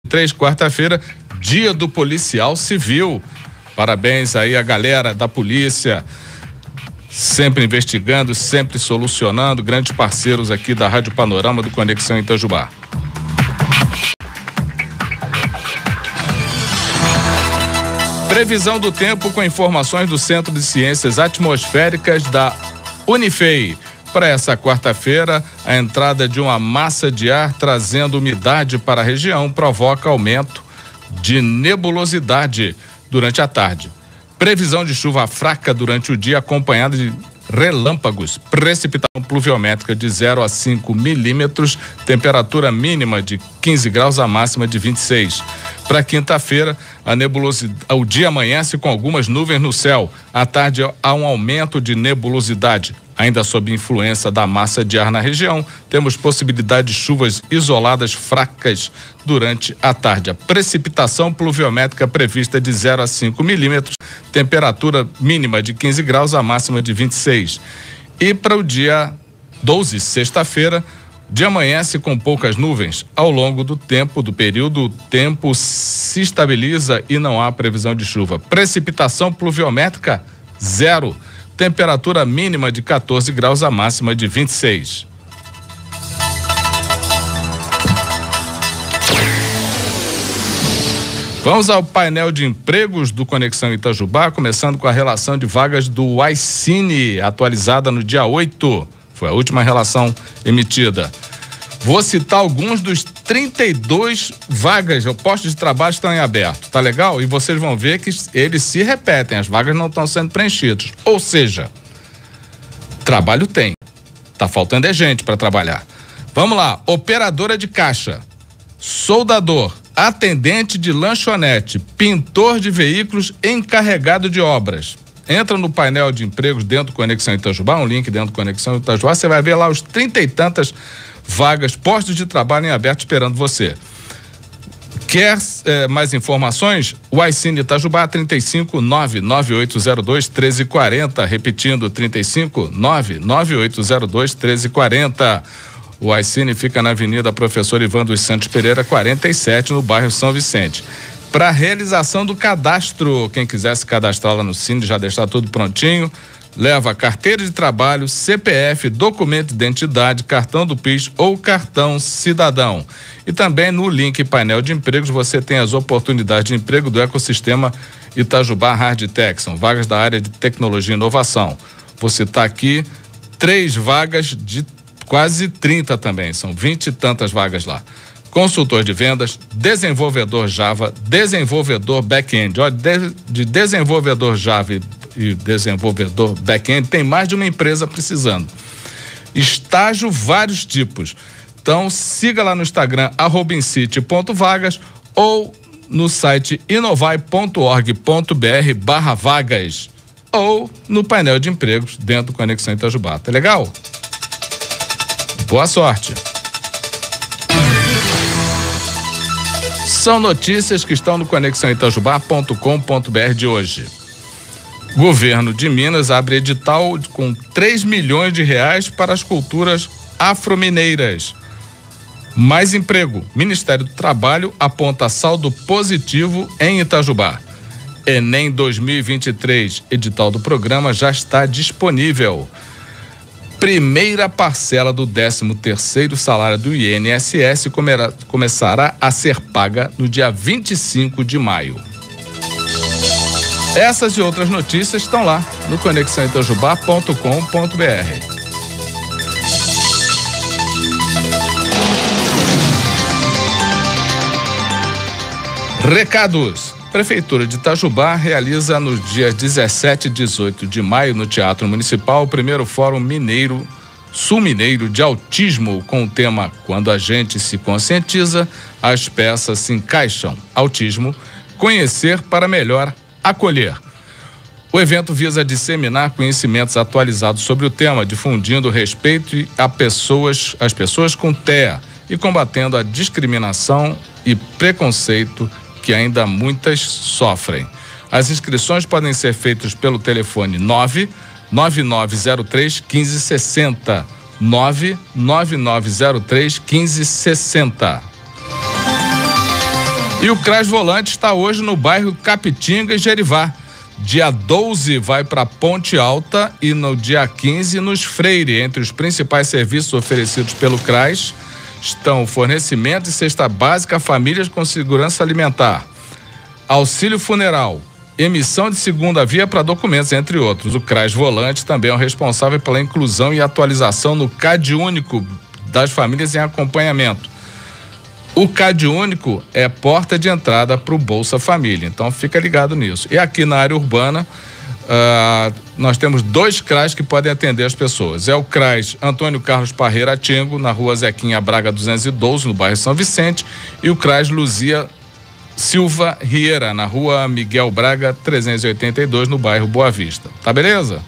quarta-feira, dia do policial civil. Parabéns aí a galera da polícia, sempre investigando, sempre solucionando, grandes parceiros aqui da Rádio Panorama do Conexão Itajubá. Previsão do tempo com informações do Centro de Ciências Atmosféricas da Unifei. Para essa quarta-feira, a entrada de uma massa de ar trazendo umidade para a região provoca aumento de nebulosidade durante a tarde. Previsão de chuva fraca durante o dia, acompanhada de relâmpagos, precipitação pluviométrica de 0 a 5 milímetros, temperatura mínima de 15 graus, a máxima de 26. Para quinta-feira, o dia amanhece com algumas nuvens no céu. À tarde há um aumento de nebulosidade. Ainda sob influência da massa de ar na região, temos possibilidade de chuvas isoladas fracas durante a tarde. A precipitação pluviométrica prevista de 0 a 5 milímetros, temperatura mínima de 15 graus, a máxima de 26. E para o dia 12, sexta-feira, dia amanhece com poucas nuvens. Ao longo do período, o tempo se estabiliza e não há previsão de chuva. Precipitação pluviométrica, 0. Temperatura mínima de 14 graus, a máxima de 26. Vamos ao painel de empregos do Conexão Itajubá, começando com a relação de vagas do iCine, atualizada no dia 8. Foi a última relação emitida. Vou citar alguns dos 32 vagas, postos de trabalho estão em aberto, tá legal? E vocês vão ver que eles se repetem, as vagas não estão sendo preenchidas. Ou seja, trabalho tem, tá faltando gente para trabalhar. Vamos lá, operadora de caixa, soldador, atendente de lanchonete, pintor de veículos, encarregado de obras. Entra no painel de empregos dentro do Conexão Itajubá, um link dentro do Conexão Itajubá, você vai ver lá os 30 e tantas vagas, postos de trabalho em aberto esperando você. Quer mais informações? O iCine Itajubá, 35998021340, repetindo, 35998021340. O iCine fica na Avenida Professor Ivan dos Santos Pereira, 47, no bairro São Vicente. Para realização do cadastro, quem quiser se cadastrar lá no Cine, já deixar tudo prontinho, leva carteira de trabalho, CPF, documento de identidade, cartão do PIS ou cartão cidadão. E também no link painel de empregos você tem as oportunidades de emprego do ecossistema Itajubá Hardtech, são vagas da área de tecnologia e inovação. Vou citar aqui 3 vagas de quase 30 também, são 20 e tantas vagas lá. Consultor de vendas, desenvolvedor Java, desenvolvedor back-end. Olha, de desenvolvedor Java e desenvolvedor back-end, tem mais de uma empresa precisando. Estágio, vários tipos. Então, siga lá no Instagram, @incite.vagas ou no site inovai.org.br/vagas ou no painel de empregos dentro do Conexão Itajubá. Tá legal? Boa sorte! São notícias que estão no conexãoitajubá.com.br de hoje. Governo de Minas abre edital com 3 milhões de reais para as culturas afro-mineiras. Mais emprego. Ministério do Trabalho aponta saldo positivo em Itajubá. Enem 2023, edital do programa já está disponível. Primeira parcela do 13º salário do INSS começará a ser paga no dia 25 de maio. Essas e outras notícias estão lá no conexãoitajubá.com.br. Recados. Prefeitura de Itajubá realiza nos dias 17 e 18 de maio no Teatro Municipal o primeiro Fórum Sul Mineiro de Autismo com o tema Quando a gente se conscientiza, as peças se encaixam. Autismo, conhecer para melhor acolher. O evento visa disseminar conhecimentos atualizados sobre o tema, difundindo respeito às pessoas com TEA e combatendo a discriminação e preconceito que ainda muitas sofrem. As inscrições podem ser feitas pelo telefone 99903-1560. 99903-1560. E o CRAS Volante está hoje no bairro Capitinga e Gerivá. Dia 12 vai para Ponte Alta e no dia 15 nos Freire. Entre os principais serviços oferecidos pelo CRAS estão fornecimento de cesta básica a famílias com segurança alimentar, auxílio funeral, emissão de segunda via para documentos, entre outros. O CRAS Volante também é o responsável pela inclusão e atualização no CAD Único das famílias em acompanhamento. O CAD Único é porta de entrada para o Bolsa Família, então fica ligado nisso. E aqui na área urbana, nós temos 2 CRAS que podem atender as pessoas. É o CRAS Antônio Carlos Parreira Tingo, na rua Zequinha Braga 212, no bairro São Vicente, e o CRAS Luzia Silva Rieira, na rua Miguel Braga 382, no bairro Boa Vista. Tá beleza?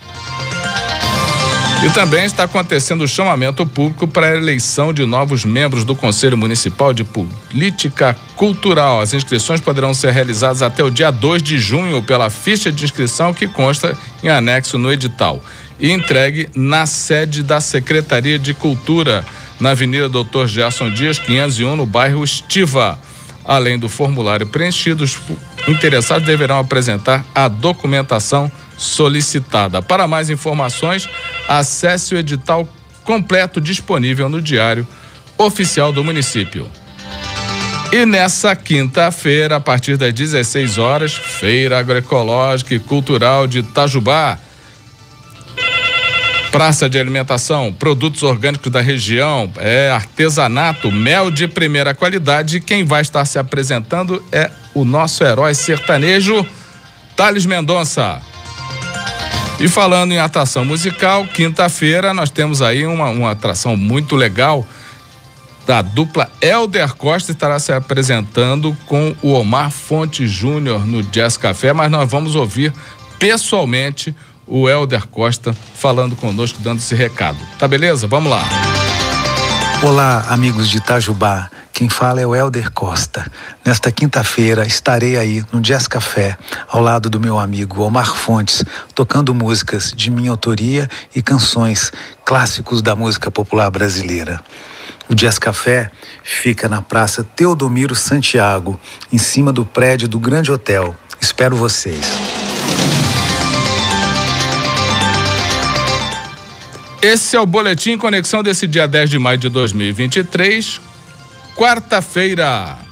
E também está acontecendo o chamamento público para a eleição de novos membros do Conselho Municipal de Política Cultural. As inscrições poderão ser realizadas até o dia 2 de junho pela ficha de inscrição que consta em anexo no edital e entregue na sede da Secretaria de Cultura, na Avenida Dr. Gerson Dias, 501, no bairro Estiva. Além do formulário preenchido, os interessados deverão apresentar a documentação solicitada. Para mais informações, acesse o edital completo disponível no Diário Oficial do Município. E nessa quinta-feira, a partir das 16 horas, Feira Agroecológica e Cultural de Itajubá. Praça de alimentação, produtos orgânicos da região, artesanato, mel de primeira qualidade. E quem vai estar se apresentando é o nosso herói sertanejo, Thales Mendonça. E falando em atração musical, quinta-feira nós temos aí uma atração muito legal da dupla Elder Costa, estará se apresentando com o Omar Fontes Júnior no Jazz Café, mas nós vamos ouvir pessoalmente o Elder Costa falando conosco, dando esse recado. Tá beleza? Vamos lá. Olá, amigos de Itajubá. Quem fala é o Elder Costa. Nesta quinta-feira estarei aí no Jazz Café, ao lado do meu amigo Omar Fontes, tocando músicas de minha autoria e canções clássicos da música popular brasileira. O Jazz Café fica na Praça Teodomiro Santiago, em cima do prédio do Grande Hotel. Espero vocês. Esse é o Boletim Conexão desse dia 10 de maio de 2023, quarta-feira.